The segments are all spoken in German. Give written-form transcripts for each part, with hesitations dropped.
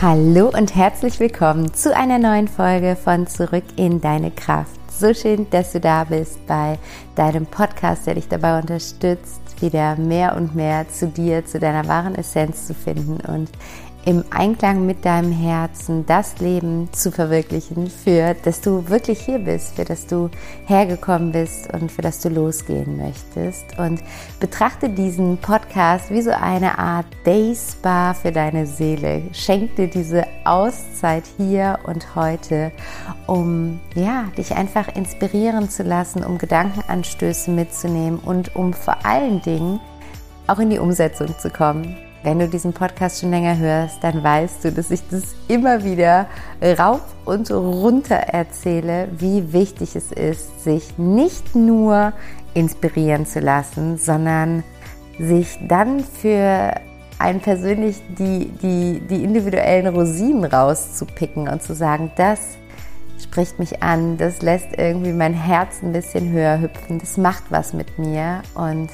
Hallo und herzlich willkommen zu einer neuen Folge von Zurück in deine Kraft. So schön, dass du da bist bei deinem Podcast, der dich dabei unterstützt, wieder mehr und mehr zu dir, zu deiner wahren Essenz zu finden und im Einklang mit deinem Herzen das Leben zu verwirklichen, für das du wirklich hier bist, für das du hergekommen bist und für das du losgehen möchtest. Und betrachte diesen Podcast wie so eine Art Day Spa für deine Seele. Schenk dir diese Auszeit hier und heute, um dich einfach inspirieren zu lassen, um Gedankenanstöße mitzunehmen und um vor allen Dingen auch in die Umsetzung zu kommen. Wenn du diesen Podcast schon länger hörst, dann weißt du, dass ich das immer wieder rauf und runter erzähle, wie wichtig es ist, sich nicht nur inspirieren zu lassen, sondern sich dann für einen persönlich die individuellen Rosinen rauszupicken und zu sagen, das spricht mich an, das lässt irgendwie mein Herz ein bisschen höher hüpfen, das macht was mit mir und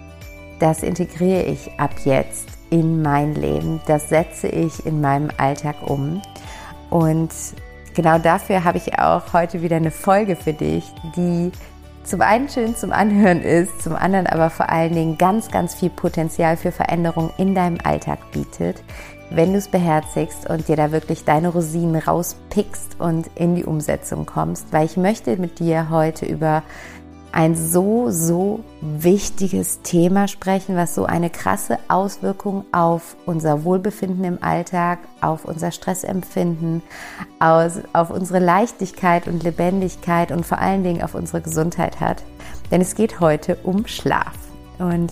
das integriere ich ab jetzt in mein Leben. Das setze ich in meinem Alltag um. Und genau dafür habe ich auch heute wieder eine Folge für dich, die zum einen schön zum Anhören ist, zum anderen aber vor allen Dingen ganz, ganz viel Potenzial für Veränderung in deinem Alltag bietet, wenn du es beherzigst und dir da wirklich deine Rosinen rauspickst und in die Umsetzung kommst. Weil ich möchte mit dir heute über ein so wichtiges Thema sprechen, was so eine krasse Auswirkung auf unser Wohlbefinden im Alltag, auf unser Stressempfinden, auf unsere Leichtigkeit und Lebendigkeit und vor allen Dingen auf unsere Gesundheit hat. Denn es geht heute um Schlaf. Und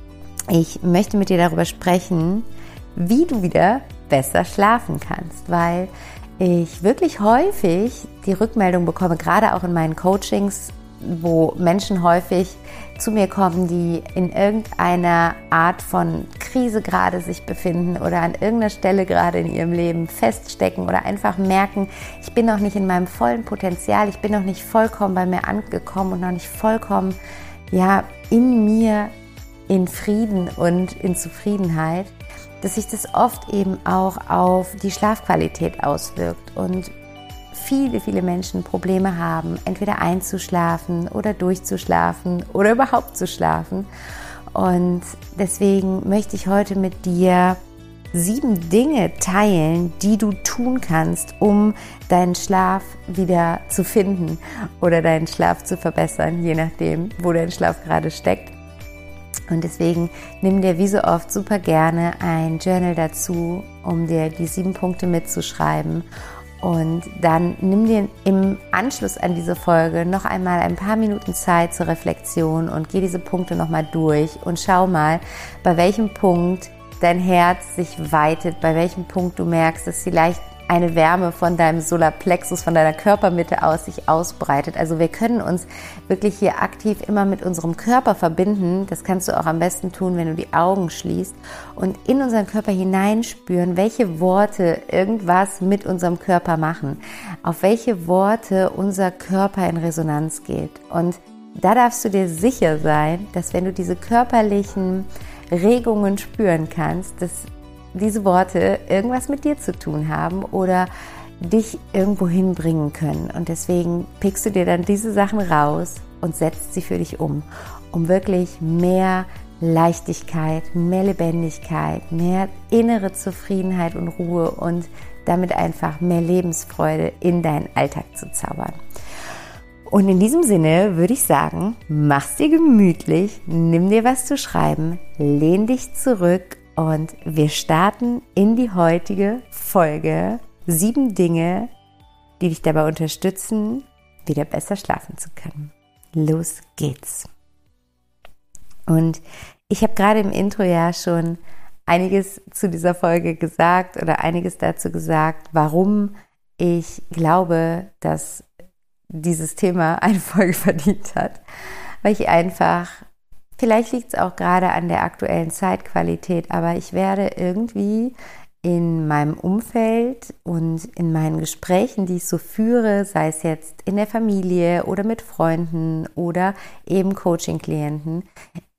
ich möchte mit dir darüber sprechen, wie du wieder besser schlafen kannst, weil ich wirklich häufig die Rückmeldung bekomme, gerade auch in meinen Coachings, wo Menschen häufig zu mir kommen, die in irgendeiner Art von Krise gerade sich befinden oder an irgendeiner Stelle gerade in ihrem Leben feststecken oder einfach merken, ich bin noch nicht in meinem vollen Potenzial, ich bin noch nicht vollkommen bei mir angekommen und noch nicht vollkommen in mir in Frieden und in Zufriedenheit, dass sich das oft eben auch auf die Schlafqualität auswirkt und viele Menschen Probleme haben, entweder einzuschlafen oder durchzuschlafen oder überhaupt zu schlafen. Und deswegen möchte ich heute mit dir 7 Dinge teilen, die du tun kannst, um deinen Schlaf wieder zu finden oder deinen Schlaf zu verbessern, je nachdem, wo dein Schlaf gerade steckt. Und deswegen nimm dir wie so oft super gerne ein Journal dazu, um dir die 7 Punkte mitzuschreiben. Und dann nimm dir im Anschluss an diese Folge noch einmal ein paar Minuten Zeit zur Reflexion und geh diese Punkte nochmal durch und schau mal, bei welchem Punkt dein Herz sich weitet, bei welchem Punkt du merkst, dass vielleicht eine Wärme von deinem Solarplexus, von deiner Körpermitte aus sich ausbreitet. Also wir können uns wirklich hier aktiv immer mit unserem Körper verbinden. Das kannst du auch am besten tun, wenn du die Augen schließt und in unseren Körper hineinspüren, welche Worte irgendwas mit unserem Körper machen, auf welche Worte unser Körper in Resonanz geht. Und da darfst du dir sicher sein, dass wenn du diese körperlichen Regungen spüren kannst, dass diese Worte irgendwas mit dir zu tun haben oder dich irgendwo hinbringen können. Und deswegen pickst du dir dann diese Sachen raus und setzt sie für dich um wirklich mehr Leichtigkeit, mehr Lebendigkeit, mehr innere Zufriedenheit und Ruhe und damit einfach mehr Lebensfreude in deinen Alltag zu zaubern. Und in diesem Sinne würde ich sagen, mach's dir gemütlich, nimm dir was zu schreiben, lehn dich zurück und wir starten in die heutige Folge 7 Dinge, die dich dabei unterstützen, wieder besser schlafen zu können. Los geht's! Und ich habe gerade im Intro ja schon einiges zu dieser Folge gesagt oder einiges dazu gesagt, warum ich glaube, dass dieses Thema eine Folge verdient hat. Weil ich einfach, vielleicht liegt es auch gerade an der aktuellen Zeitqualität, aber ich werde irgendwie in meinem Umfeld und in meinen Gesprächen, die ich so führe, sei es jetzt in der Familie oder mit Freunden oder eben Coaching-Klienten,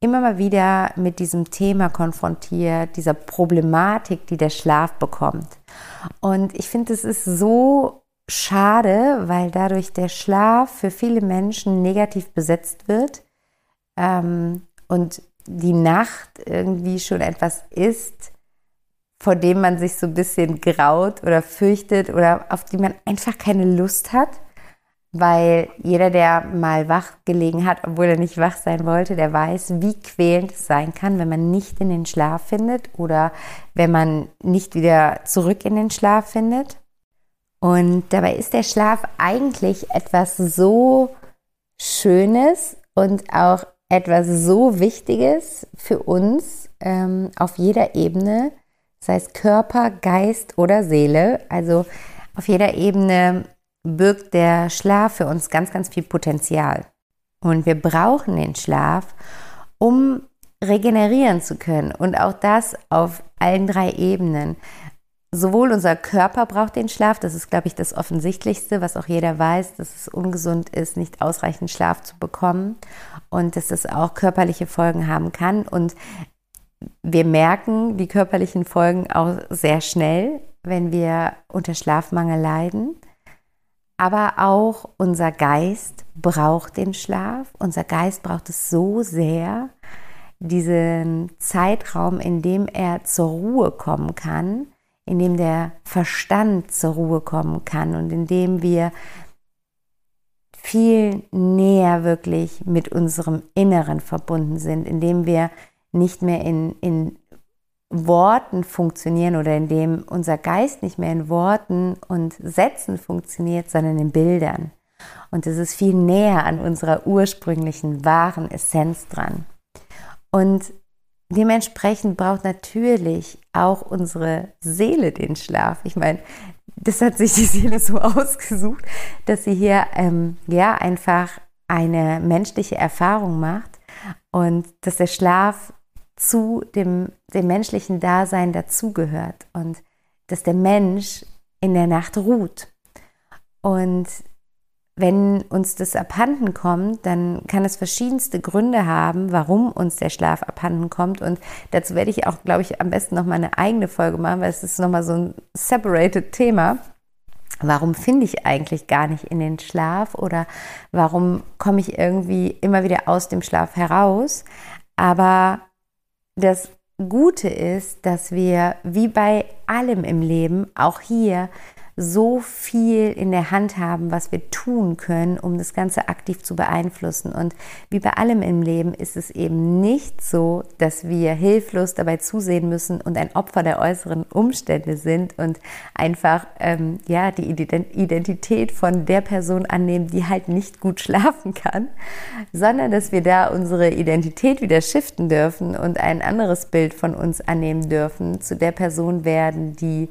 immer mal wieder mit diesem Thema konfrontiert, dieser Problematik, die der Schlaf bekommt. Und ich finde, es ist so schade, weil dadurch der Schlaf für viele Menschen negativ besetzt wird und die Nacht irgendwie schon etwas ist, vor dem man sich so ein bisschen graut oder fürchtet oder auf die man einfach keine Lust hat, weil jeder, der mal wach gelegen hat, obwohl er nicht wach sein wollte, der weiß, wie quälend es sein kann, wenn man nicht in den Schlaf findet oder wenn man nicht wieder zurück in den Schlaf findet. Und dabei ist der Schlaf eigentlich etwas so Schönes und auch etwas so Wichtiges für uns auf jeder Ebene, sei es Körper, Geist oder Seele. Also auf jeder Ebene birgt der Schlaf für uns ganz, ganz viel Potenzial. Und wir brauchen den Schlaf, um regenerieren zu können. Und auch das auf allen 3 Ebenen. Sowohl unser Körper braucht den Schlaf, das ist, glaube ich, das Offensichtlichste, was auch jeder weiß, dass es ungesund ist, nicht ausreichend Schlaf zu bekommen und dass es auch körperliche Folgen haben kann. Und wir merken die körperlichen Folgen auch sehr schnell, wenn wir unter Schlafmangel leiden. Aber auch unser Geist braucht den Schlaf. Unser Geist braucht es so sehr, diesen Zeitraum, in dem er zur Ruhe kommen kann, in dem der Verstand zur Ruhe kommen kann und in dem wir viel näher wirklich mit unserem Inneren verbunden sind, in dem wir nicht mehr in Worten funktionieren oder in dem unser Geist nicht mehr in Worten und Sätzen funktioniert, sondern in Bildern. Und es ist viel näher an unserer ursprünglichen, wahren Essenz dran. Und dementsprechend braucht natürlich auch unsere Seele den Schlaf. Ich meine, das hat sich die Seele so ausgesucht, dass sie hier einfach eine menschliche Erfahrung macht und dass der Schlaf zu dem menschlichen Dasein dazugehört und dass der Mensch in der Nacht ruht. Und wenn uns das abhanden kommt, dann kann es verschiedenste Gründe haben, warum uns der Schlaf abhanden kommt. Und dazu werde ich auch, glaube ich, am besten nochmal eine eigene Folge machen, weil es ist nochmal so ein separated Thema. Warum finde ich eigentlich gar nicht in den Schlaf oder warum komme ich irgendwie immer wieder aus dem Schlaf heraus? Aber das Gute ist, dass wir wie bei allem im Leben auch hier so viel in der Hand haben, was wir tun können, um das Ganze aktiv zu beeinflussen. Und wie bei allem im Leben ist es eben nicht so, dass wir hilflos dabei zusehen müssen und ein Opfer der äußeren Umstände sind und einfach die Identität von der Person annehmen, die halt nicht gut schlafen kann, sondern dass wir da unsere Identität wieder shiften dürfen und ein anderes Bild von uns annehmen dürfen, zu der Person werden, die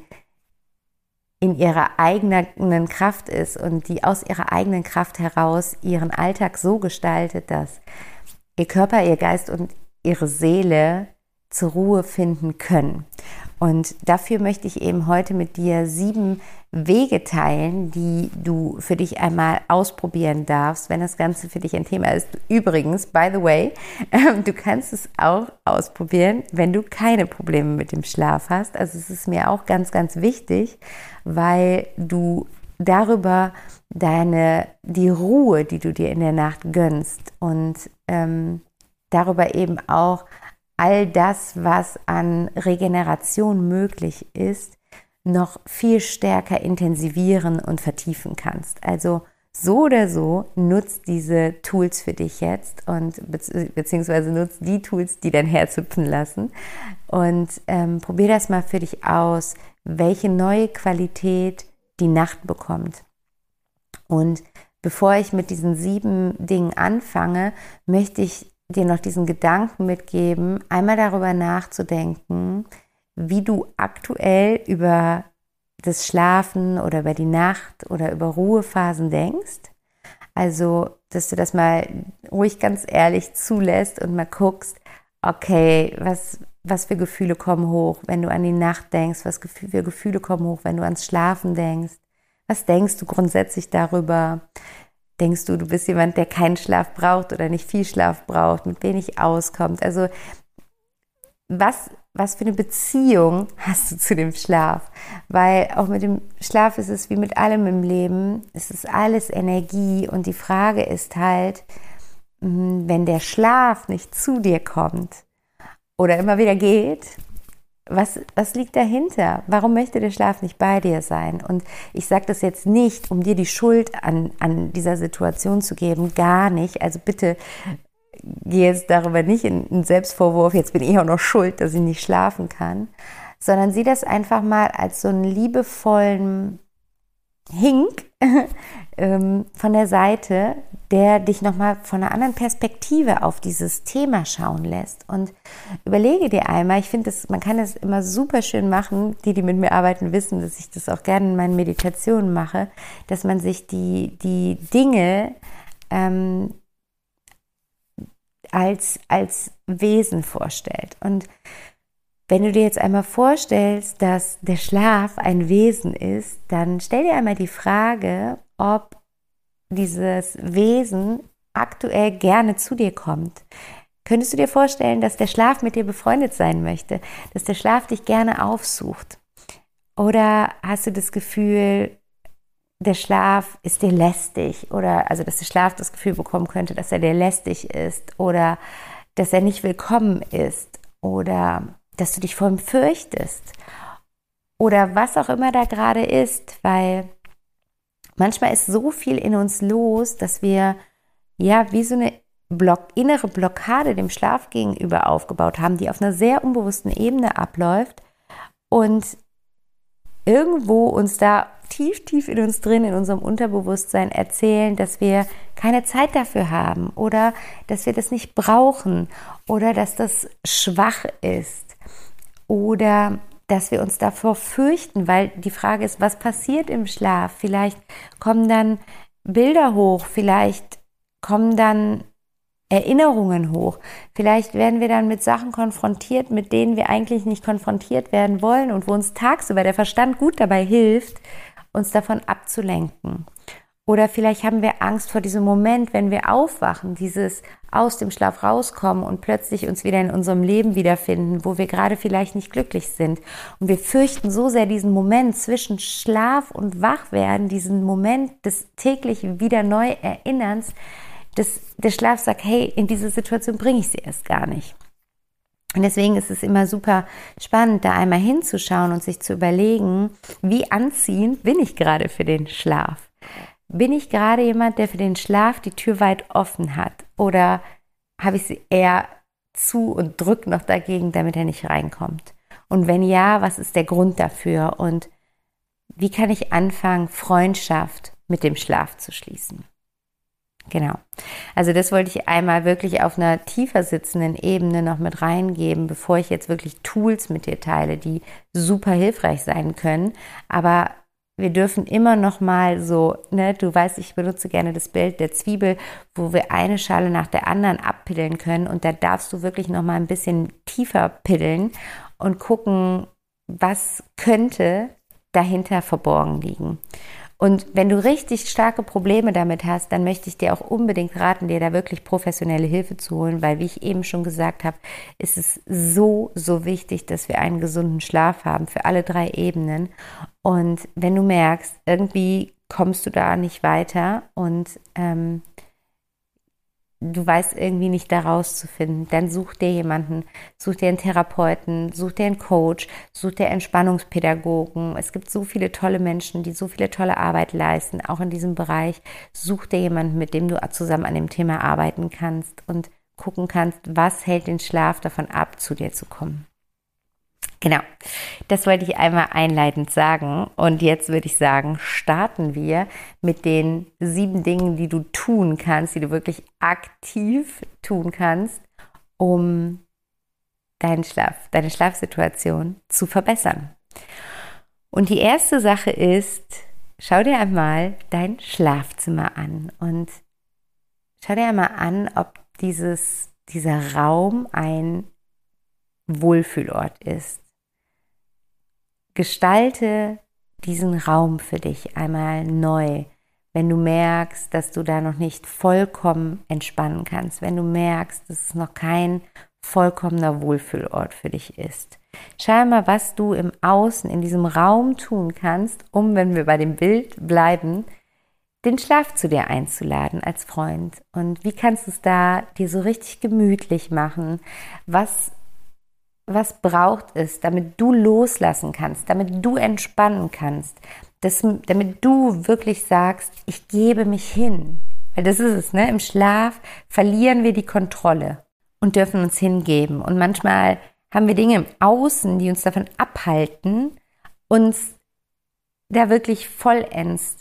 in ihrer eigenen Kraft ist und die aus ihrer eigenen Kraft heraus ihren Alltag so gestaltet, dass ihr Körper, ihr Geist und ihre Seele zur Ruhe finden können. Und dafür möchte ich eben heute mit dir 7 Wege teilen, die du für dich einmal ausprobieren darfst, wenn das Ganze für dich ein Thema ist. Übrigens, by the way, du kannst es auch ausprobieren, wenn du keine Probleme mit dem Schlaf hast. Also es ist mir auch ganz, ganz wichtig, weil du darüber die Ruhe, die du dir in der Nacht gönnst und darüber eben auch all das, was an Regeneration möglich ist, noch viel stärker intensivieren und vertiefen kannst. Also so oder so, nutz diese Tools für dich jetzt und beziehungsweise nutz die Tools, die dein Herz hüpfen lassen und probier das mal für dich aus, welche neue Qualität die Nacht bekommt. Und bevor ich mit diesen 7 Dingen anfange, möchte ich dir noch diesen Gedanken mitgeben, einmal darüber nachzudenken, wie du aktuell über das Schlafen oder über die Nacht oder über Ruhephasen denkst. Also, dass du das mal ruhig ganz ehrlich zulässt und mal guckst, okay, was für Gefühle kommen hoch, wenn du an die Nacht denkst, was für Gefühle kommen hoch, wenn du ans Schlafen denkst. Was denkst du grundsätzlich darüber? denkst du, du bist jemand, der keinen Schlaf braucht oder nicht viel Schlaf braucht, mit wenig auskommt? Also was für eine Beziehung hast du zu dem Schlaf? Weil auch mit dem Schlaf ist es wie mit allem im Leben, es ist alles Energie und die Frage ist halt, wenn der Schlaf nicht zu dir kommt oder immer wieder geht, was liegt dahinter? Warum möchte der Schlaf nicht bei dir sein? Und ich sage das jetzt nicht, um dir die Schuld an dieser Situation zu geben, gar nicht. Also bitte geh jetzt darüber nicht in einen Selbstvorwurf, jetzt bin ich auch noch schuld, dass ich nicht schlafen kann, sondern sieh das einfach mal als so einen liebevollen Hink von der Seite, der dich nochmal von einer anderen Perspektive auf dieses Thema schauen lässt. Und überlege dir einmal, ich finde, man kann das immer super schön machen, die mit mir arbeiten, wissen, dass ich das auch gerne in meinen Meditationen mache, dass man sich die Dinge als Wesen vorstellt. Und wenn du dir jetzt einmal vorstellst, dass der Schlaf ein Wesen ist, dann stell dir einmal die Frage, ob dieses Wesen aktuell gerne zu dir kommt. Könntest du dir vorstellen, dass der Schlaf mit dir befreundet sein möchte, dass der Schlaf dich gerne aufsucht? Oder hast du das Gefühl, der Schlaf ist dir lästig, oder also dass der Schlaf das Gefühl bekommen könnte, dass er dir lästig ist oder dass er nicht willkommen ist oder dass du dich vor ihm fürchtest oder was auch immer da gerade ist, weil manchmal ist so viel in uns los, dass wir ja wie so eine innere Blockade dem Schlaf gegenüber aufgebaut haben, die auf einer sehr unbewussten Ebene abläuft und irgendwo uns da tief in uns drin, in unserem Unterbewusstsein erzählen, dass wir keine Zeit dafür haben oder dass wir das nicht brauchen oder dass das schwach ist oder dass wir uns davor fürchten, weil die Frage ist, was passiert im Schlaf? Vielleicht kommen dann Bilder hoch, vielleicht kommen dann Erinnerungen hoch. Vielleicht werden wir dann mit Sachen konfrontiert, mit denen wir eigentlich nicht konfrontiert werden wollen und wo uns tagsüber der Verstand gut dabei hilft, uns davon abzulenken. Oder vielleicht haben wir Angst vor diesem Moment, wenn wir aufwachen, dieses aus dem Schlaf rauskommen und plötzlich uns wieder in unserem Leben wiederfinden, wo wir gerade vielleicht nicht glücklich sind. Und wir fürchten so sehr diesen Moment zwischen Schlaf und Wachwerden, diesen Moment des täglich wieder neu Erinnerns, dass der Schlaf sagt, hey, in diese Situation bringe ich sie erst gar nicht. Und deswegen ist es immer super spannend, da einmal hinzuschauen und sich zu überlegen, wie anziehend bin ich gerade für den Schlaf? Bin ich gerade jemand, der für den Schlaf die Tür weit offen hat? Oder habe ich sie eher zu und drücke noch dagegen, damit er nicht reinkommt? Und wenn ja, was ist der Grund dafür? Und wie kann ich anfangen, Freundschaft mit dem Schlaf zu schließen? Genau. Also das wollte ich einmal wirklich auf einer tiefer sitzenden Ebene noch mit reingeben, bevor ich jetzt wirklich Tools mit dir teile, die super hilfreich sein können. Aber wir dürfen immer noch mal so, du weißt, ich benutze gerne das Bild der Zwiebel, wo wir eine Schale nach der anderen abpiddeln können. Und da darfst du wirklich noch mal ein bisschen tiefer piddeln und gucken, was könnte dahinter verborgen liegen. Und wenn du richtig starke Probleme damit hast, dann möchte ich dir auch unbedingt raten, dir da wirklich professionelle Hilfe zu holen, weil, wie ich eben schon gesagt habe, ist es so wichtig, dass wir einen gesunden Schlaf haben für alle 3 Ebenen. Und wenn du merkst, irgendwie kommst du da nicht weiter und du weißt irgendwie nicht da rauszufinden, dann such dir jemanden, such dir einen Therapeuten, such dir einen Coach, such dir Entspannungspädagogen. Es gibt so viele tolle Menschen, die so viele tolle Arbeit leisten, auch in diesem Bereich. Such dir jemanden, mit dem du zusammen an dem Thema arbeiten kannst und gucken kannst, was hält den Schlaf davon ab, zu dir zu kommen. Genau, das wollte ich einmal einleitend sagen und jetzt würde ich sagen, starten wir mit den 7 Dingen, die du tun kannst, die du wirklich aktiv tun kannst, um deine Schlafsituation zu verbessern. Und die erste Sache ist, schau dir einmal dein Schlafzimmer an und schau dir einmal an, ob dieser Raum ein Wohlfühlort ist. Gestalte diesen Raum für dich einmal neu. wenn du merkst, dass du da noch nicht vollkommen entspannen kannst, wenn du merkst, dass es noch kein vollkommener Wohlfühlort für dich ist. Schau mal, was du im Außen, in diesem Raum tun kannst, um, wenn wir bei dem Bild bleiben, den Schlaf zu dir einzuladen als Freund. Und wie kannst du es da dir so richtig gemütlich machen? Was braucht es, damit du loslassen kannst, damit du entspannen kannst, damit du wirklich sagst, ich gebe mich hin. Weil das ist es, ne? Im Schlaf verlieren wir die Kontrolle und dürfen uns hingeben. Und manchmal haben wir Dinge im Außen, die uns davon abhalten, uns da wirklich vollends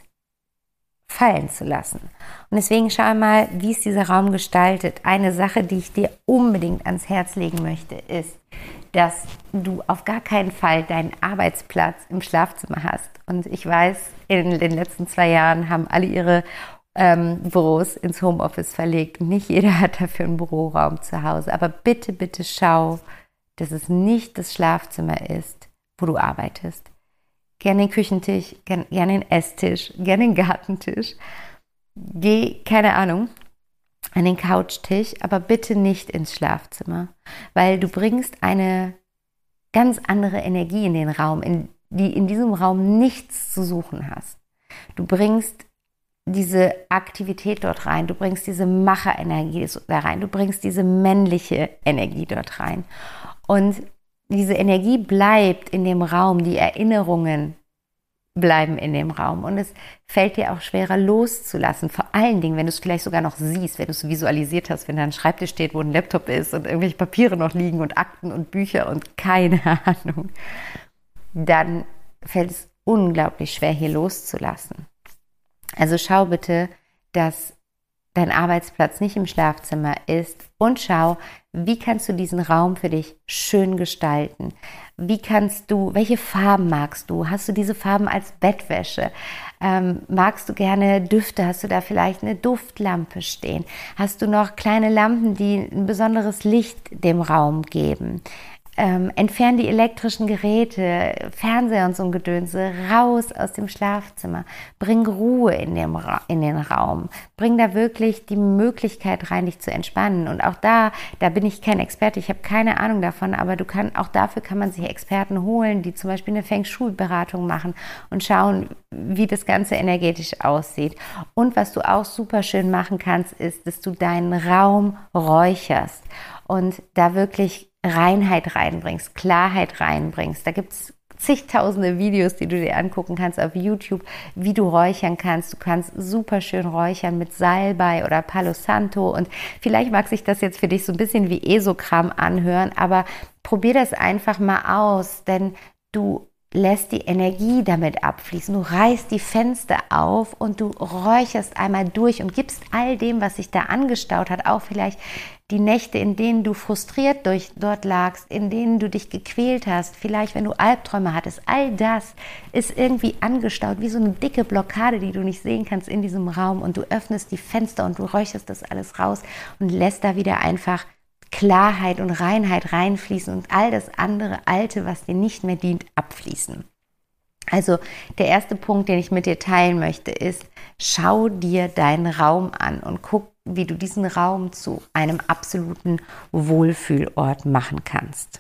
fallen zu lassen. Und deswegen schau mal, wie ist dieser Raum gestaltet. Eine Sache, die ich dir unbedingt ans Herz legen möchte, ist, dass du auf gar keinen Fall deinen Arbeitsplatz im Schlafzimmer hast. Und ich weiß, in den letzten 2 Jahren haben alle ihre Büros ins Homeoffice verlegt und nicht jeder hat dafür einen Büroraum zu Hause. Aber bitte, bitte schau, dass es nicht das Schlafzimmer ist, wo du arbeitest. Gerne den Küchentisch, gerne den Esstisch, gerne den Gartentisch. Geh, keine Ahnung, an den Couchtisch, aber bitte nicht ins Schlafzimmer, weil du bringst eine ganz andere Energie in den Raum, die in diesem Raum nichts zu suchen hast. Du bringst diese Aktivität dort rein, du bringst diese Macherenergie da rein, du bringst diese männliche Energie dort rein. Und diese Energie bleibt in dem Raum, die Erinnerungen bleiben in dem Raum und es fällt dir auch schwerer loszulassen, vor allen Dingen, wenn du es vielleicht sogar noch siehst, wenn du es visualisiert hast, wenn da ein Schreibtisch steht, wo ein Laptop ist und irgendwelche Papiere noch liegen und Akten und Bücher und keine Ahnung, dann fällt es unglaublich schwer, hier loszulassen. Also schau bitte, dass dein Arbeitsplatz nicht im Schlafzimmer ist und schau, wie kannst du diesen Raum für dich schön gestalten? Welche Farben magst du? Hast du diese Farben als Bettwäsche? Magst du gerne Düfte? Hast du da vielleicht eine Duftlampe stehen? Hast du noch kleine Lampen, die ein besonderes Licht dem Raum geben? Entfern die elektrischen Geräte, Fernseher und so ein Gedönse raus aus dem Schlafzimmer. Bring Ruhe in den Raum. Bring da wirklich die Möglichkeit rein, dich zu entspannen. Und auch da bin ich kein Experte, ich habe keine Ahnung davon, aber auch dafür kann man sich Experten holen, die zum Beispiel eine Feng Shui-Beratung machen und schauen, wie das Ganze energetisch aussieht. Und was du auch super schön machen kannst, ist, dass du deinen Raum räucherst und da wirklich Reinheit reinbringst, Klarheit reinbringst. Da gibt es zigtausende Videos, die du dir angucken kannst auf YouTube, wie du räuchern kannst. Du kannst super schön räuchern mit Salbei oder Palo Santo und vielleicht mag sich das jetzt für dich so ein bisschen wie Esokram anhören, aber probier das einfach mal aus, denn du lässt die Energie damit abfließen. Du reißt die Fenster auf und du räucherst einmal durch und gibst all dem, was sich da angestaut hat, auch vielleicht die Nächte, in denen du frustriert dort lagst, in denen du dich gequält hast, vielleicht wenn du Albträume hattest, all das ist irgendwie angestaut, wie so eine dicke Blockade, die du nicht sehen kannst in diesem Raum und du öffnest die Fenster und du räucherst das alles raus und lässt da wieder einfach Klarheit und Reinheit reinfließen und all das andere Alte, was dir nicht mehr dient, abfließen. Also der erste Punkt, den ich mit dir teilen möchte, ist, schau dir deinen Raum an und guck, wie du diesen Raum zu einem absoluten Wohlfühlort machen kannst.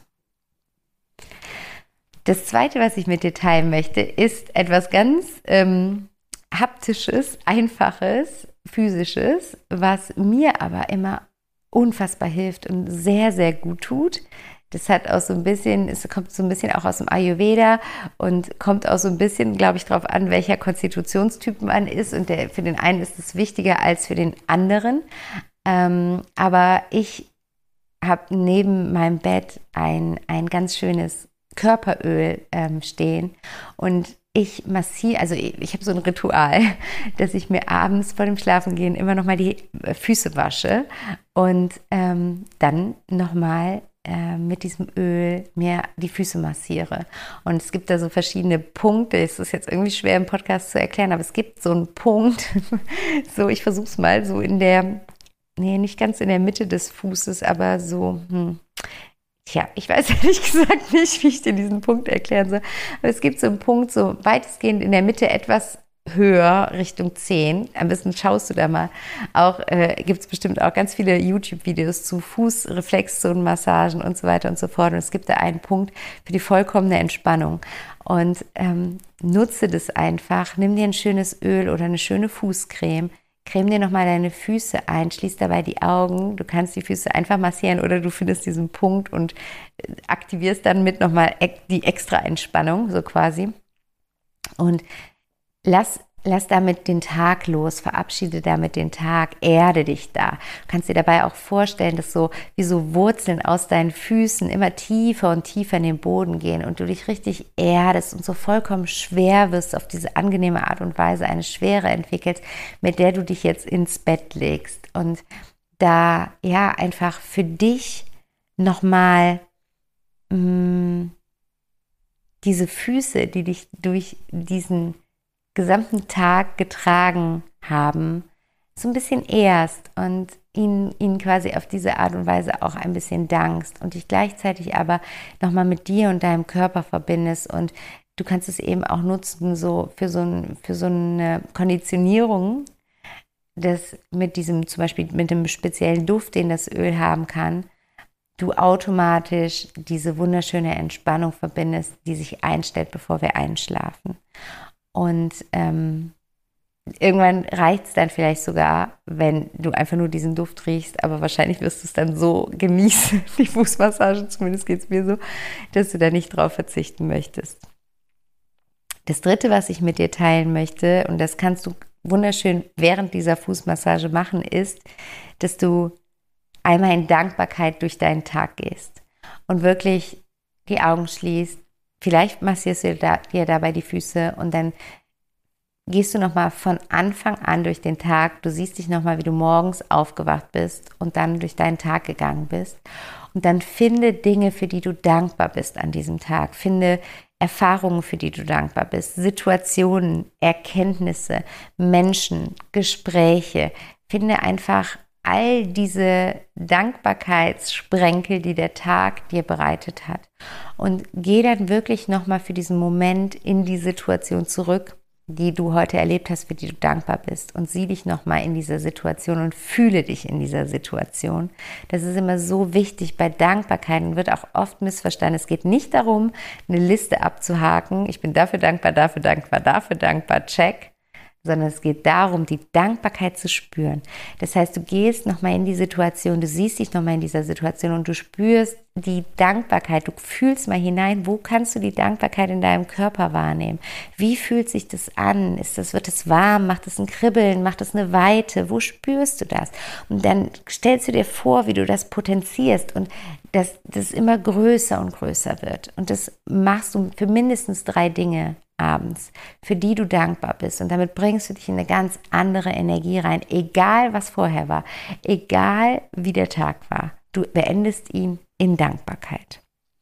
Das Zweite, was ich mit dir teilen möchte, ist etwas ganz Haptisches, Einfaches, Physisches, was mir aber immer unfassbar hilft und sehr, sehr gut tut. Das hat auch so ein bisschen, es kommt so ein bisschen auch aus dem Ayurveda und kommt auch so ein bisschen, glaube ich, darauf an, welcher Konstitutionstyp man ist. Und für den einen ist es wichtiger als für den anderen. Aber ich habe neben meinem Bett ein ganz schönes Körperöl stehen und ich massiere, also ich habe so ein Ritual, dass ich mir abends vor dem Schlafengehen immer nochmal die Füße wasche und dann nochmal mit diesem Öl mir die Füße massiere. Und es gibt da so verschiedene Punkte, es ist jetzt irgendwie schwer im Podcast zu erklären, aber es gibt so einen Punkt, so ich versuche es mal so nicht ganz in der Mitte des Fußes, aber so, Tja, ich weiß ehrlich gesagt nicht, wie ich dir diesen Punkt erklären soll. Aber es gibt so einen Punkt, so weitestgehend in der Mitte etwas höher Richtung 10. Am besten schaust du da mal. Auch gibt es bestimmt auch ganz viele YouTube-Videos zu Fußreflexzonenmassagen und so weiter und so fort. Und es gibt da einen Punkt für die vollkommene Entspannung. Und nutze das einfach. Nimm dir ein schönes Öl oder eine schöne Fußcreme. Creme dir nochmal deine Füße ein, schließ dabei die Augen. Du kannst die Füße einfach massieren oder du findest diesen Punkt und aktivierst dann mit nochmal die extra Entspannung, so quasi. Und lass damit den Tag los, verabschiede damit den Tag, erde dich da. Du kannst dir dabei auch vorstellen, dass so wie so Wurzeln aus deinen Füßen immer tiefer und tiefer in den Boden gehen und du dich richtig erdest und so vollkommen schwer wirst, auf diese angenehme Art und Weise eine Schwere entwickelst, mit der du dich jetzt ins Bett legst. Und da ja einfach für dich nochmal diese Füße, die dich durch diesen gesamten Tag getragen haben, so ein bisschen ehrst und ihnen quasi auf diese Art und Weise auch ein bisschen dankst und dich gleichzeitig aber nochmal mit dir und deinem Körper verbindest. Und du kannst es eben auch nutzen so für so eine Konditionierung, dass mit diesem, zum Beispiel mit dem speziellen Duft, den das Öl haben kann, du automatisch diese wunderschöne Entspannung verbindest, die sich einstellt, bevor wir einschlafen. Und irgendwann reicht es dann vielleicht sogar, wenn du einfach nur diesen Duft riechst, aber wahrscheinlich wirst du es dann so genießen, die Fußmassage, zumindest geht es mir so, dass du da nicht drauf verzichten möchtest. Das Dritte, was ich mit dir teilen möchte, und das kannst du wunderschön während dieser Fußmassage machen, ist, dass du einmal in Dankbarkeit durch deinen Tag gehst und wirklich die Augen schließt. Vielleicht massierst du dir dabei die Füße und dann gehst du nochmal von Anfang an durch den Tag. Du siehst dich nochmal, wie du morgens aufgewacht bist und dann durch deinen Tag gegangen bist. Und dann finde Dinge, für die du dankbar bist an diesem Tag. Finde Erfahrungen, für die du dankbar bist. Situationen, Erkenntnisse, Menschen, Gespräche. Finde einfach all diese Dankbarkeitssprenkel, die der Tag dir bereitet hat. Und geh dann wirklich nochmal für diesen Moment in die Situation zurück, die du heute erlebt hast, für die du dankbar bist. Und sieh dich nochmal in dieser Situation und fühle dich in dieser Situation. Das ist immer so wichtig bei Dankbarkeit und wird auch oft missverstanden. Es geht nicht darum, eine Liste abzuhaken. Ich bin dafür dankbar, check. Sondern es geht darum, die Dankbarkeit zu spüren. Das heißt, du gehst nochmal in die Situation, du siehst dich nochmal in dieser Situation und du spürst die Dankbarkeit. Du fühlst mal hinein, wo kannst du die Dankbarkeit in deinem Körper wahrnehmen? Wie fühlt sich das an? Wird es warm? Macht es ein Kribbeln? Macht es eine Weite? Wo spürst du das? Und dann stellst du dir vor, wie du das potenzierst und dass das immer größer und größer wird. Und das machst du für mindestens 3 Dinge abends, für die du dankbar bist. Und damit bringst du dich in eine ganz andere Energie rein, egal was vorher war, egal wie der Tag war. Du beendest ihn in Dankbarkeit.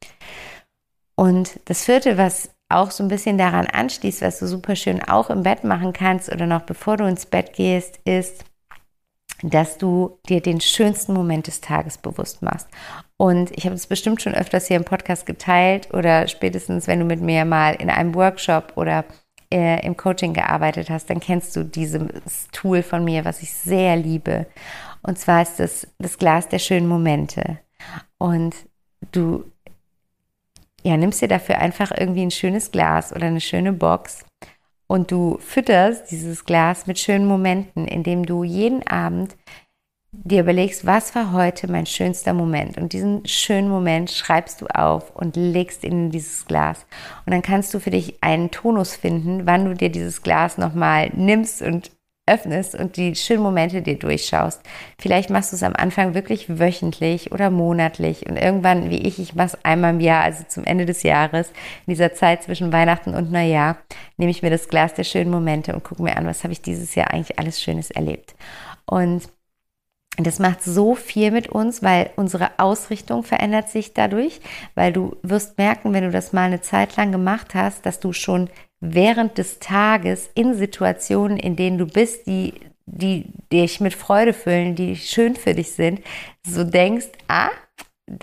Und das 4., was auch so ein bisschen daran anschließt, was du super schön auch im Bett machen kannst oder noch bevor du ins Bett gehst, ist, dass du dir den schönsten Moment des Tages bewusst machst. Und ich habe es bestimmt schon öfters hier im Podcast geteilt oder spätestens, wenn du mit mir mal in einem Workshop oder im Coaching gearbeitet hast, dann kennst du dieses Tool von mir, was ich sehr liebe. Und zwar ist das Glas der schönen Momente. Und du nimmst dir dafür einfach irgendwie ein schönes Glas oder eine schöne Box und du fütterst dieses Glas mit schönen Momenten, indem du jeden Abend dir überlegst, was war heute mein schönster Moment? Und diesen schönen Moment schreibst du auf und legst ihn in dieses Glas. Und dann kannst du für dich einen Tonus finden, wann du dir dieses Glas nochmal nimmst und öffnest und die schönen Momente dir durchschaust. Vielleicht machst du es am Anfang wirklich wöchentlich oder monatlich und irgendwann, wie ich mache es einmal im Jahr, also zum Ende des Jahres, in dieser Zeit zwischen Weihnachten und Neujahr, nehme ich mir das Glas der schönen Momente und gucke mir an, was habe ich dieses Jahr eigentlich alles Schönes erlebt. Und das macht so viel mit uns, weil unsere Ausrichtung verändert sich dadurch, weil du wirst merken, wenn du das mal eine Zeit lang gemacht hast, dass du schon während des Tages in Situationen, in denen du bist, die dich mit Freude füllen, die schön für dich sind, so denkst, das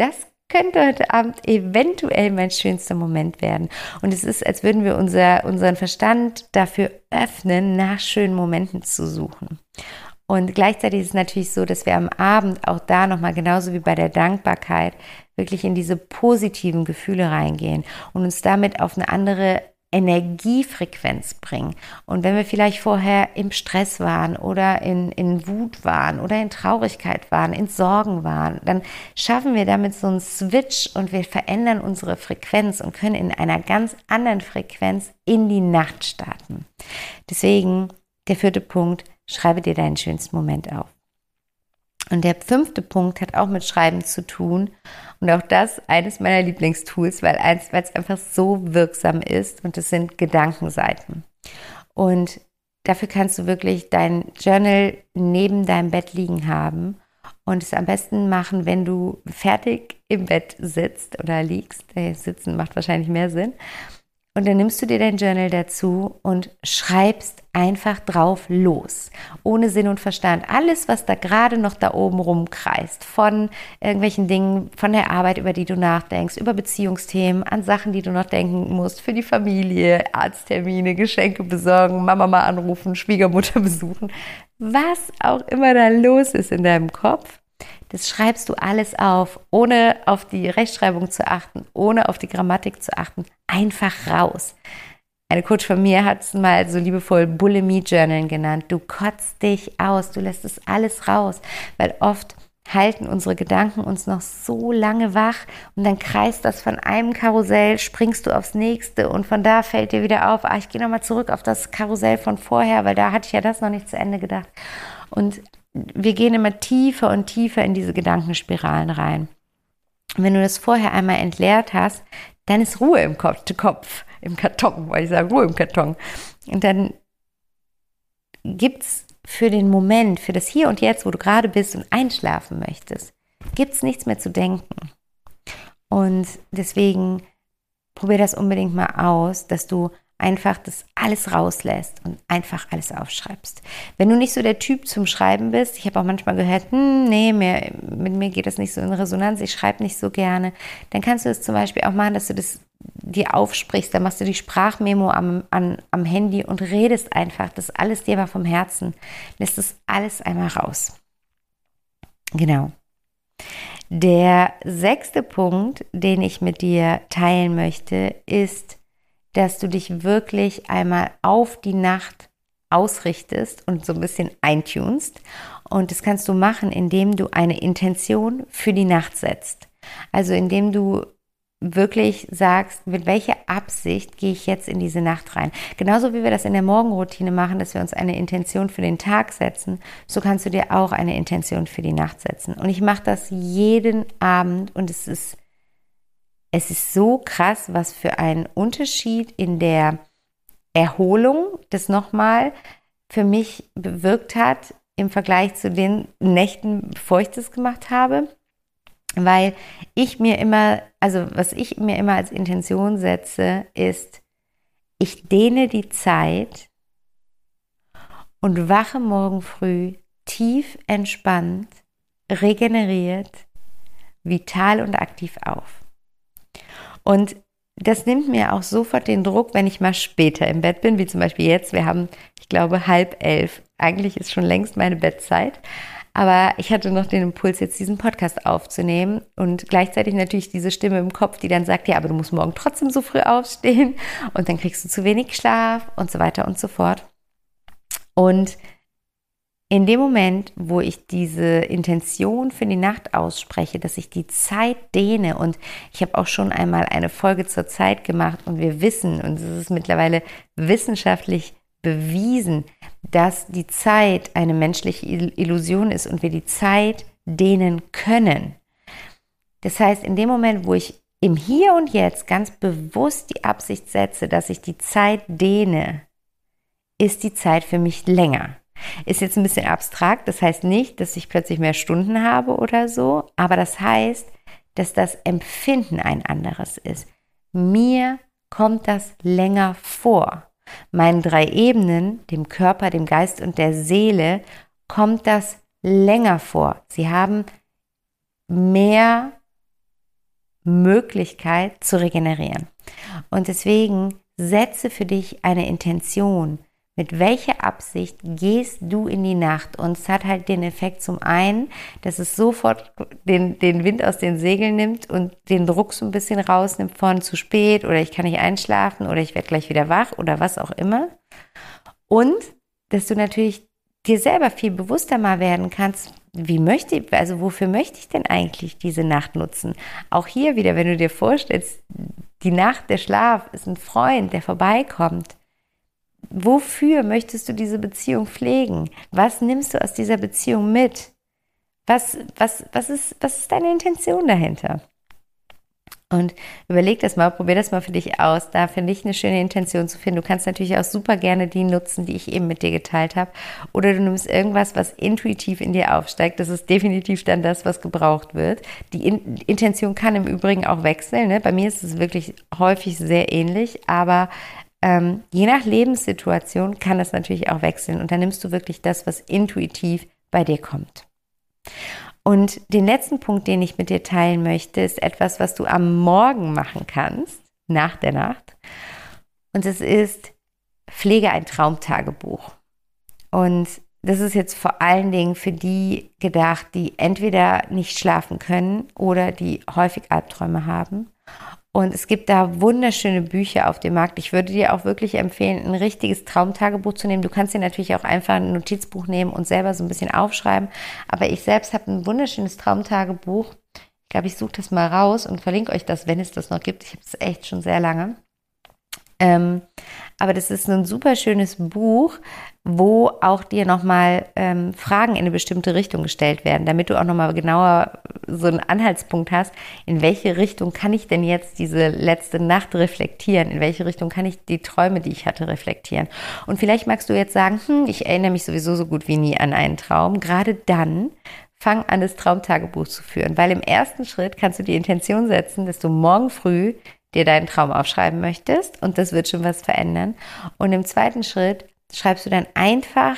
könnte heute Abend eventuell mein schönster Moment werden. Und es ist, als würden wir unseren Verstand dafür öffnen, nach schönen Momenten zu suchen. Und gleichzeitig ist es natürlich so, dass wir am Abend auch da nochmal genauso wie bei der Dankbarkeit wirklich in diese positiven Gefühle reingehen und uns damit auf eine andere Energiefrequenz bringen. Und wenn wir vielleicht vorher im Stress waren oder in Wut waren oder in Traurigkeit waren, in Sorgen waren, dann schaffen wir damit so einen Switch und wir verändern unsere Frequenz und können in einer ganz anderen Frequenz in die Nacht starten. Deswegen der 4. Punkt, schreibe dir deinen schönsten Moment auf. Und der 5. Punkt hat auch mit Schreiben zu tun. Und auch das eines meiner Lieblingstools, weil es einfach so wirksam ist. Und das sind Gedankenseiten. Und dafür kannst du wirklich dein Journal neben deinem Bett liegen haben. Und es am besten machen, wenn du fertig im Bett sitzt oder liegst. Sitzen macht wahrscheinlich mehr Sinn. Und dann nimmst du dir dein Journal dazu und schreibst einfach drauf los, ohne Sinn und Verstand. Alles, was da gerade noch da oben rumkreist, von irgendwelchen Dingen, von der Arbeit, über die du nachdenkst, über Beziehungsthemen, an Sachen, die du noch denken musst, für die Familie, Arzttermine, Geschenke besorgen, Mama mal anrufen, Schwiegermutter besuchen, was auch immer da los ist in deinem Kopf. Das schreibst du alles auf, ohne auf die Rechtschreibung zu achten, ohne auf die Grammatik zu achten. Einfach raus. Eine Coach von mir hat es mal so liebevoll Bulimie-Journalen genannt. Du kotzt dich aus, du lässt es alles raus, weil oft halten unsere Gedanken uns noch so lange wach und dann kreist das von einem Karussell, springst du aufs nächste und von da fällt dir wieder auf, ich gehe nochmal zurück auf das Karussell von vorher, weil da hatte ich ja das noch nicht zu Ende gedacht. Und wir gehen immer tiefer und tiefer in diese Gedankenspiralen rein. Und wenn du das vorher einmal entleert hast, dann ist Ruhe im Kopf, im Karton, weil ich sage Ruhe im Karton. Und dann gibt es für den Moment, für das Hier und Jetzt, wo du gerade bist und einschlafen möchtest, gibt es nichts mehr zu denken. Und deswegen probier das unbedingt mal aus, dass du einfach das alles rauslässt und einfach alles aufschreibst. Wenn du nicht so der Typ zum Schreiben bist, ich habe auch manchmal gehört, mit mir geht das nicht so in Resonanz, ich schreibe nicht so gerne, dann kannst du das zum Beispiel auch machen, dass du das dir aufsprichst, dann machst du die Sprachmemo am Handy und redest einfach das alles dir mal vom Herzen, lässt das alles einmal raus. Genau. Der 6. Punkt, den ich mit dir teilen möchte, ist, dass du dich wirklich einmal auf die Nacht ausrichtest und so ein bisschen eintunst. Und das kannst du machen, indem du eine Intention für die Nacht setzt. Also indem du wirklich sagst, mit welcher Absicht gehe ich jetzt in diese Nacht rein. Genauso wie wir das in der Morgenroutine machen, dass wir uns eine Intention für den Tag setzen, so kannst du dir auch eine Intention für die Nacht setzen. Und ich mache das jeden Abend und es ist so krass, was für einen Unterschied in der Erholung das nochmal für mich bewirkt hat im Vergleich zu den Nächten, bevor ich das gemacht habe. Weil was ich mir immer als Intention setze, ist, ich dehne die Zeit und wache morgen früh tief entspannt, regeneriert, vital und aktiv auf. Und das nimmt mir auch sofort den Druck, wenn ich mal später im Bett bin, wie zum Beispiel jetzt. Wir haben, ich glaube, 10:30. Eigentlich ist schon längst meine Bettzeit. Aber ich hatte noch den Impuls, jetzt diesen Podcast aufzunehmen und gleichzeitig natürlich diese Stimme im Kopf, die dann sagt, ja, aber du musst morgen trotzdem so früh aufstehen und dann kriegst du zu wenig Schlaf und so weiter und so fort. Und in dem Moment, wo ich diese Intention für die Nacht ausspreche, dass ich die Zeit dehne, und ich habe auch schon einmal eine Folge zur Zeit gemacht und wir wissen, und es ist mittlerweile wissenschaftlich bewiesen, dass die Zeit eine menschliche Illusion ist und wir die Zeit dehnen können. Das heißt, in dem Moment, wo ich im Hier und Jetzt ganz bewusst die Absicht setze, dass ich die Zeit dehne, ist die Zeit für mich länger. Ist jetzt ein bisschen abstrakt, das heißt nicht, dass ich plötzlich mehr Stunden habe oder so, aber das heißt, dass das Empfinden ein anderes ist. Mir kommt das länger vor. Meinen 3 Ebenen, dem Körper, dem Geist und der Seele, kommt das länger vor. Sie haben mehr Möglichkeit zu regenerieren. Und deswegen setze für dich eine Intention. Mit welcher Absicht gehst du in die Nacht? Und es hat halt den Effekt zum einen, dass es sofort den Wind aus den Segeln nimmt und den Druck so ein bisschen rausnimmt von zu spät oder ich kann nicht einschlafen oder ich werde gleich wieder wach oder was auch immer. Und dass du natürlich dir selber viel bewusster mal werden kannst, wofür möchte ich denn eigentlich diese Nacht nutzen? Auch hier wieder, wenn du dir vorstellst, die Nacht, der Schlaf ist ein Freund, der vorbeikommt. Wofür möchtest du diese Beziehung pflegen? Was nimmst du aus dieser Beziehung mit? Was ist deine Intention dahinter? Und überleg das mal, probier das mal für dich aus, da für dich eine schöne Intention zu finden. Du kannst natürlich auch super gerne die nutzen, die ich eben mit dir geteilt habe. Oder du nimmst irgendwas, was intuitiv in dir aufsteigt. Das ist definitiv dann das, was gebraucht wird. Die Intention kann im Übrigen auch wechseln, ne? Bei mir ist es wirklich häufig sehr ähnlich, aber je nach Lebenssituation kann das natürlich auch wechseln. Und dann nimmst du wirklich das, was intuitiv bei dir kommt. Und den letzten Punkt, den ich mit dir teilen möchte, ist etwas, was du am Morgen machen kannst, nach der Nacht. Und es ist, pflege ein Traumtagebuch. Und das ist jetzt vor allen Dingen für die gedacht, die entweder nicht schlafen können oder die häufig Albträume haben. Und es gibt da wunderschöne Bücher auf dem Markt. Ich würde dir auch wirklich empfehlen, ein richtiges Traumtagebuch zu nehmen. Du kannst dir natürlich auch einfach ein Notizbuch nehmen und selber so ein bisschen aufschreiben. Aber ich selbst habe ein wunderschönes Traumtagebuch. Ich glaube, ich suche das mal raus und verlinke euch das, wenn es das noch gibt. Ich habe es echt schon sehr lange. Aber das ist ein super schönes Buch, wo auch dir nochmal Fragen in eine bestimmte Richtung gestellt werden, damit du auch nochmal genauer so einen Anhaltspunkt hast, in welche Richtung kann ich denn jetzt diese letzte Nacht reflektieren, in welche Richtung kann ich die Träume, die ich hatte, reflektieren. Und vielleicht magst du jetzt sagen, ich erinnere mich sowieso so gut wie nie an einen Traum. Gerade dann fang an, das Traumtagebuch zu führen, weil im ersten Schritt kannst du die Intention setzen, dass du morgen früh dir deinen Traum aufschreiben möchtest und das wird schon was verändern. Und im zweiten Schritt schreibst du dann einfach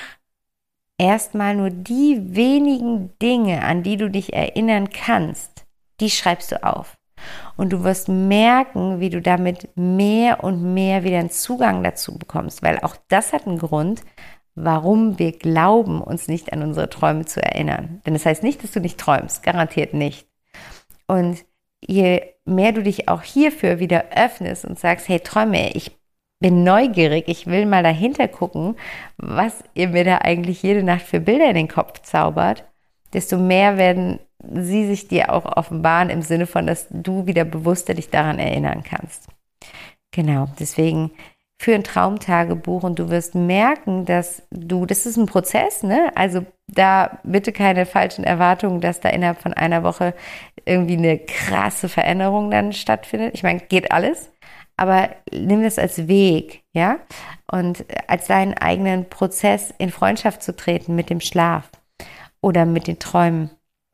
erstmal nur die wenigen Dinge, an die du dich erinnern kannst, die schreibst du auf. Und du wirst merken, wie du damit mehr und mehr wieder einen Zugang dazu bekommst, weil auch das hat einen Grund, warum wir glauben, uns nicht an unsere Träume zu erinnern. Denn das heißt nicht, dass du nicht träumst, garantiert nicht. Und je mehr du dich auch hierfür wieder öffnest und sagst, hey Träume, ich bin neugierig, ich will mal dahinter gucken, was ihr mir da eigentlich jede Nacht für Bilder in den Kopf zaubert, desto mehr werden sie sich dir auch offenbaren im Sinne von, dass du wieder bewusster dich daran erinnern kannst. Genau, deswegen für ein Traumtagebuch und du wirst merken, das ist ein Prozess, ne? Also da bitte keine falschen Erwartungen, dass da innerhalb von einer Woche irgendwie eine krasse Veränderung dann stattfindet. Ich meine, geht alles, aber nimm das als Weg, ja? Und als deinen eigenen Prozess in Freundschaft zu treten mit dem Schlaf oder mit den Träumen.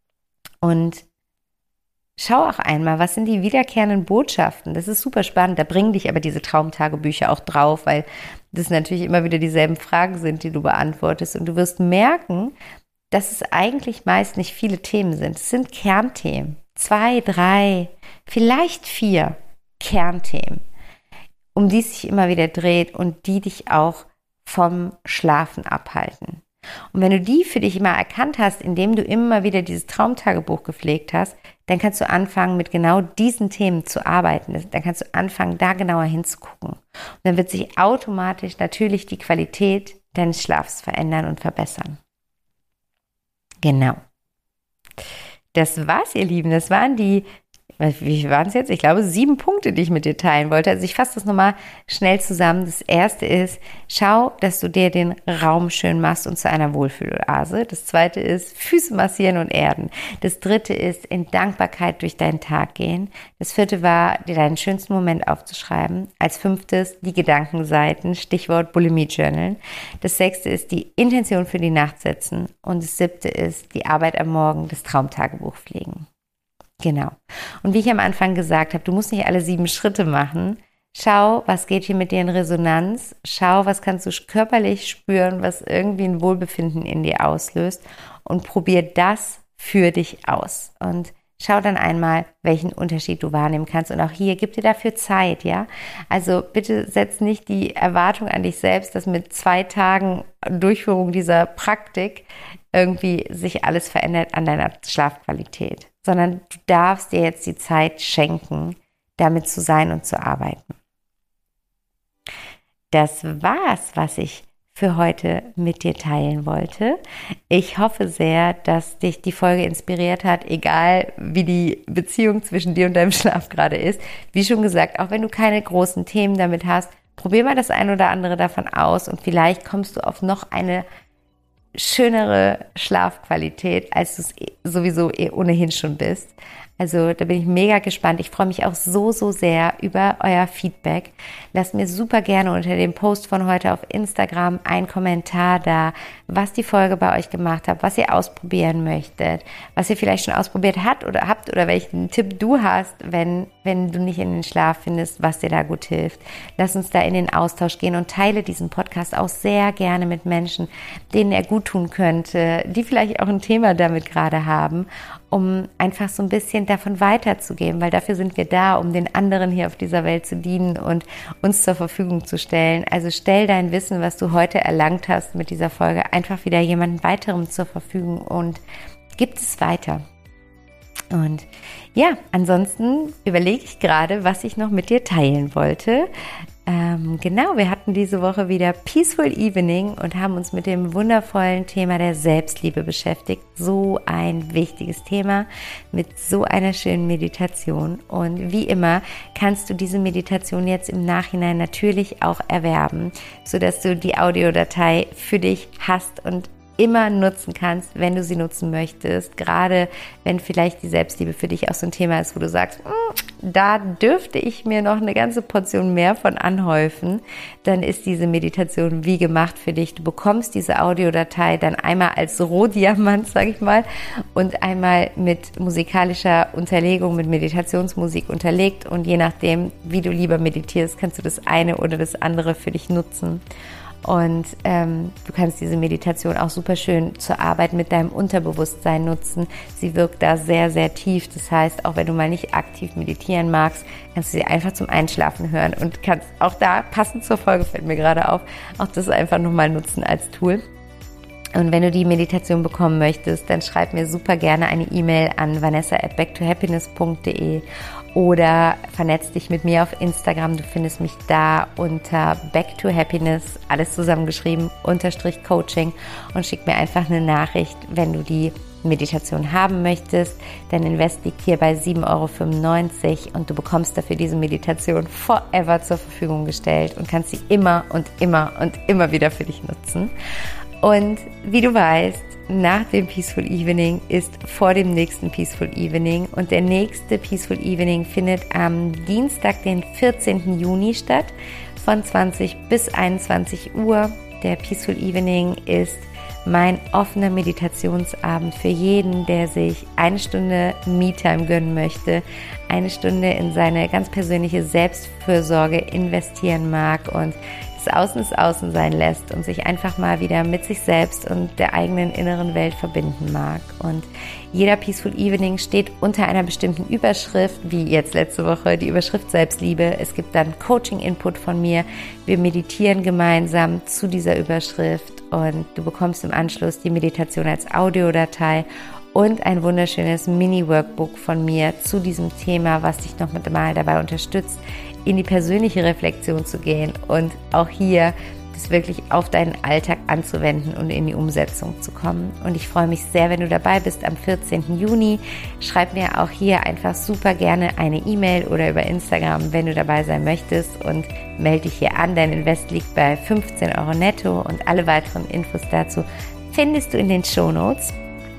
Und schau auch einmal, was sind die wiederkehrenden Botschaften? Das ist super spannend. Da bringen dich aber diese Traumtagebücher auch drauf, weil das natürlich immer wieder dieselben Fragen sind, die du beantwortest. Und du wirst merken, dass es eigentlich meist nicht viele Themen sind. Es sind Kernthemen. 2, 3, vielleicht 4 Kernthemen, um die es sich immer wieder dreht und die dich auch vom Schlafen abhalten. Und wenn du die für dich immer erkannt hast, indem du immer wieder dieses Traumtagebuch gepflegt hast, dann kannst du anfangen, mit genau diesen Themen zu arbeiten. Dann kannst du anfangen, da genauer hinzugucken. Und dann wird sich automatisch natürlich die Qualität deines Schlafs verändern und verbessern. Genau. Das war's, ihr Lieben. Das waren wie waren es jetzt? Ich glaube, 7 Punkte, die ich mit dir teilen wollte. Also ich fasse das nochmal schnell zusammen. Das erste ist, schau, dass du dir den Raum schön machst und zu einer Wohlfühloase. Das zweite ist, Füße massieren und erden. Das dritte ist, in Dankbarkeit durch deinen Tag gehen. Das vierte war, dir deinen schönsten Moment aufzuschreiben. Als 5. die Gedankenseiten, Stichwort Bulimie Journal. Das 6. ist, die Intention für die Nacht setzen. Und das 7. ist, die Arbeit am Morgen, das Traumtagebuch pflegen. Genau. Und wie ich am Anfang gesagt habe, du musst nicht alle 7 Schritte machen. Schau, was geht hier mit dir in Resonanz. Schau, was kannst du körperlich spüren, was irgendwie ein Wohlbefinden in dir auslöst. Und probier das für dich aus. Und schau dann einmal, welchen Unterschied du wahrnehmen kannst. Und auch hier, gib dir dafür Zeit, ja. Also bitte setz nicht die Erwartung an dich selbst, dass mit 2 Tagen Durchführung dieser Praktik irgendwie sich alles verändert an deiner Schlafqualität, sondern du darfst dir jetzt die Zeit schenken, damit zu sein und zu arbeiten. Das war's, was ich für heute mit dir teilen wollte. Ich hoffe sehr, dass dich die Folge inspiriert hat, egal wie die Beziehung zwischen dir und deinem Schlaf gerade ist. Wie schon gesagt, auch wenn du keine großen Themen damit hast, probier mal das ein oder andere davon aus und vielleicht kommst du auf noch eine schönere Schlafqualität, als du es sowieso ohnehin schon bist. Also da bin ich mega gespannt. Ich freue mich auch so sehr über euer Feedback. Lasst mir super gerne unter dem Post von heute auf Instagram einen Kommentar da, was die Folge bei euch gemacht hat, was ihr ausprobieren möchtet, was ihr vielleicht schon ausprobiert habt oder welchen Tipp du hast, wenn du nicht in den Schlaf findest, was dir da gut hilft. Lass uns da in den Austausch gehen und teile diesen Podcast auch sehr gerne mit Menschen, denen er gut tun könnte, die vielleicht auch ein Thema damit gerade haben, um einfach so ein bisschen davon weiterzugeben, weil dafür sind wir da, um den anderen hier auf dieser Welt zu dienen und uns zur Verfügung zu stellen. Also stell dein Wissen, was du heute erlangt hast mit dieser Folge, einfach wieder jemandem weiterem zur Verfügung und gib es weiter. Und ja, ansonsten überlege ich gerade, was ich noch mit dir teilen wollte. Genau, wir hatten diese Woche wieder Peaceful Evening und haben uns mit dem wundervollen Thema der Selbstliebe beschäftigt. So ein wichtiges Thema mit so einer schönen Meditation. Und wie immer kannst du diese Meditation jetzt im Nachhinein natürlich auch erwerben, sodass du die Audiodatei für dich hast und immer nutzen kannst, wenn du sie nutzen möchtest. Gerade wenn vielleicht die Selbstliebe für dich auch so ein Thema ist, wo du sagst, da dürfte ich mir noch eine ganze Portion mehr von anhäufen, dann ist diese Meditation wie gemacht für dich. Du bekommst diese Audiodatei dann einmal als Rohdiamant, sage ich mal, und einmal mit musikalischer Unterlegung, mit Meditationsmusik unterlegt. Und je nachdem, wie du lieber meditierst, kannst du das eine oder das andere für dich nutzen. Und du kannst diese Meditation auch super schön zur Arbeit mit deinem Unterbewusstsein nutzen. Sie wirkt da sehr tief. Das heißt, auch wenn du mal nicht aktiv meditieren magst, kannst du sie einfach zum Einschlafen hören und kannst auch da, passend zur Folge fällt mir gerade auf, auch das einfach nochmal nutzen als Tool. Und wenn du die Meditation bekommen möchtest, dann schreib mir super gerne eine E-Mail an vanessa@backtohappiness.de oder vernetz dich mit mir auf Instagram. Du findest mich da unter backtohappiness, alles zusammengeschrieben, _Coaching und schick mir einfach eine Nachricht, wenn du die Meditation haben möchtest. Dein Invest liegt hier bei 7,95 € und du bekommst dafür diese Meditation forever zur Verfügung gestellt und kannst sie immer und immer wieder für dich nutzen. Und wie du weißt, nach dem Peaceful Evening ist vor dem nächsten Peaceful Evening und der nächste Peaceful Evening findet am Dienstag, den 14. Juni statt, von 20 bis 21 Uhr. Der Peaceful Evening ist mein offener Meditationsabend für jeden, der sich eine Stunde Me-Time gönnen möchte, eine Stunde in seine ganz persönliche Selbstfürsorge investieren mag und Außen sein lässt und sich einfach mal wieder mit sich selbst und der eigenen inneren Welt verbinden mag. Und jeder Peaceful Evening steht unter einer bestimmten Überschrift, wie jetzt letzte Woche die Überschrift Selbstliebe. Es gibt dann Coaching-Input von mir. Wir meditieren gemeinsam zu dieser Überschrift und du bekommst im Anschluss die Meditation als Audiodatei und ein wunderschönes Mini-Workbook von mir zu diesem Thema, was dich noch mal dabei unterstützt, in die persönliche Reflexion zu gehen und auch hier das wirklich auf deinen Alltag anzuwenden und in die Umsetzung zu kommen. Und ich freue mich sehr, wenn du dabei bist am 14. Juni. Schreib mir auch hier einfach super gerne eine E-Mail oder über Instagram, wenn du dabei sein möchtest und melde dich hier an. Dein Invest liegt bei 15 € netto und alle weiteren Infos dazu findest du in den Shownotes.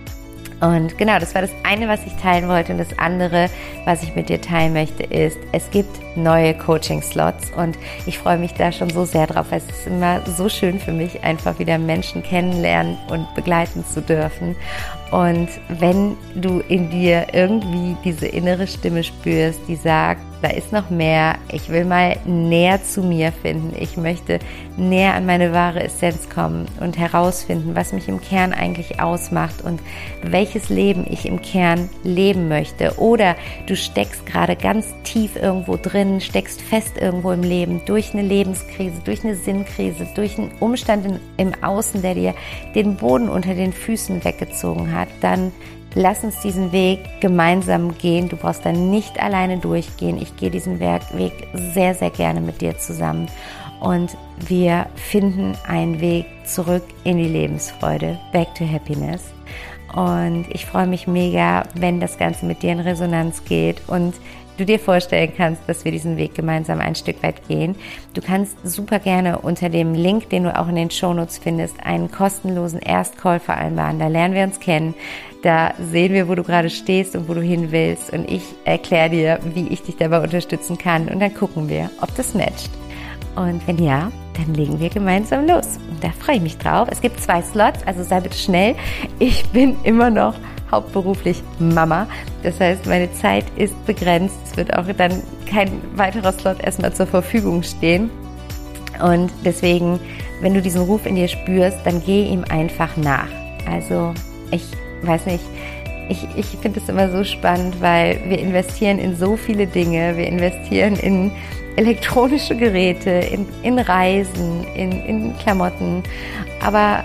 Und genau, das war das eine, was ich teilen wollte. Und das andere, was ich mit dir teilen möchte, ist, es gibt neue Coaching-Slots. Und ich freue mich da schon so sehr drauf, weil es ist immer so schön für mich, einfach wieder Menschen kennenlernen und begleiten zu dürfen. Und wenn du in dir irgendwie diese innere Stimme spürst, die sagt, da ist noch mehr. Ich will mal näher zu mir finden. Ich möchte näher an meine wahre Essenz kommen und herausfinden, was mich im Kern eigentlich ausmacht und welches Leben ich im Kern leben möchte. Oder du steckst gerade ganz tief irgendwo drin, steckst fest irgendwo im Leben durch eine Lebenskrise, durch eine Sinnkrise, durch einen Umstand im Außen, der dir den Boden unter den Füßen weggezogen hat. Dann lass uns diesen Weg gemeinsam gehen. Du brauchst da nicht alleine durchgehen. Ich gehe diesen Weg sehr, sehr gerne mit dir zusammen. Und wir finden einen Weg zurück in die Lebensfreude, back to happiness. Und ich freue mich mega, wenn das Ganze mit dir in Resonanz geht und du dir vorstellen kannst, dass wir diesen Weg gemeinsam ein Stück weit gehen. Du kannst super gerne unter dem Link, den du auch in den Shownotes findest, einen kostenlosen Erstcall vereinbaren. Da lernen wir uns kennen. Da sehen wir, wo du gerade stehst und wo du hin willst. Und ich erkläre dir, wie ich dich dabei unterstützen kann. Und dann gucken wir, ob das matcht. Und wenn ja, dann legen wir gemeinsam los. Und da freue ich mich drauf. Es gibt 2 Slots, also sei bitte schnell. Ich bin immer noch hauptberuflich Mama. Das heißt, meine Zeit ist begrenzt. Es wird auch dann kein weiterer Slot erstmal zur Verfügung stehen. Und deswegen, wenn du diesen Ruf in dir spürst, dann geh ihm einfach nach. Also ich weiß nicht, ich finde es immer so spannend, weil wir investieren in so viele Dinge. Wir investieren in elektronische Geräte, in Reisen, in Klamotten. Aber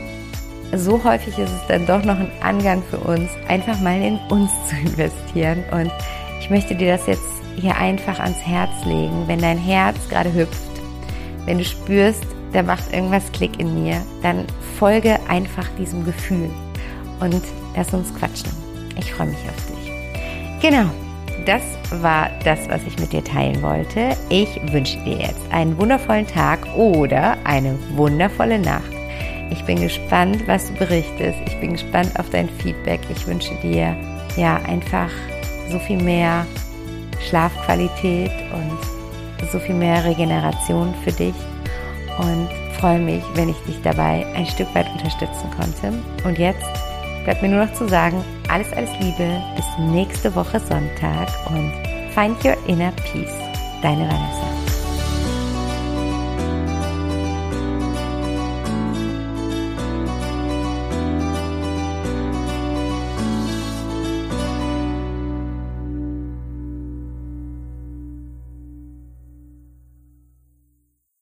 so häufig ist es dann doch noch ein Angang für uns, einfach mal in uns zu investieren. Und ich möchte dir das jetzt hier einfach ans Herz legen. Wenn dein Herz gerade hüpft, wenn du spürst, da macht irgendwas Klick in mir, dann folge einfach diesem Gefühl und lass uns quatschen. Ich freue mich auf dich. Genau, das war das, was ich mit dir teilen wollte. Ich wünsche dir jetzt einen wundervollen Tag oder eine wundervolle Nacht. Ich bin gespannt, was du berichtest. Ich bin gespannt auf dein Feedback. Ich wünsche dir einfach so viel mehr Schlafqualität und so viel mehr Regeneration für dich und freue mich, wenn ich dich dabei ein Stück weit unterstützen konnte. Und jetzt bleibt mir nur noch zu sagen, alles Liebe, bis nächste Woche Sonntag und find your inner peace. Deine Vanessa.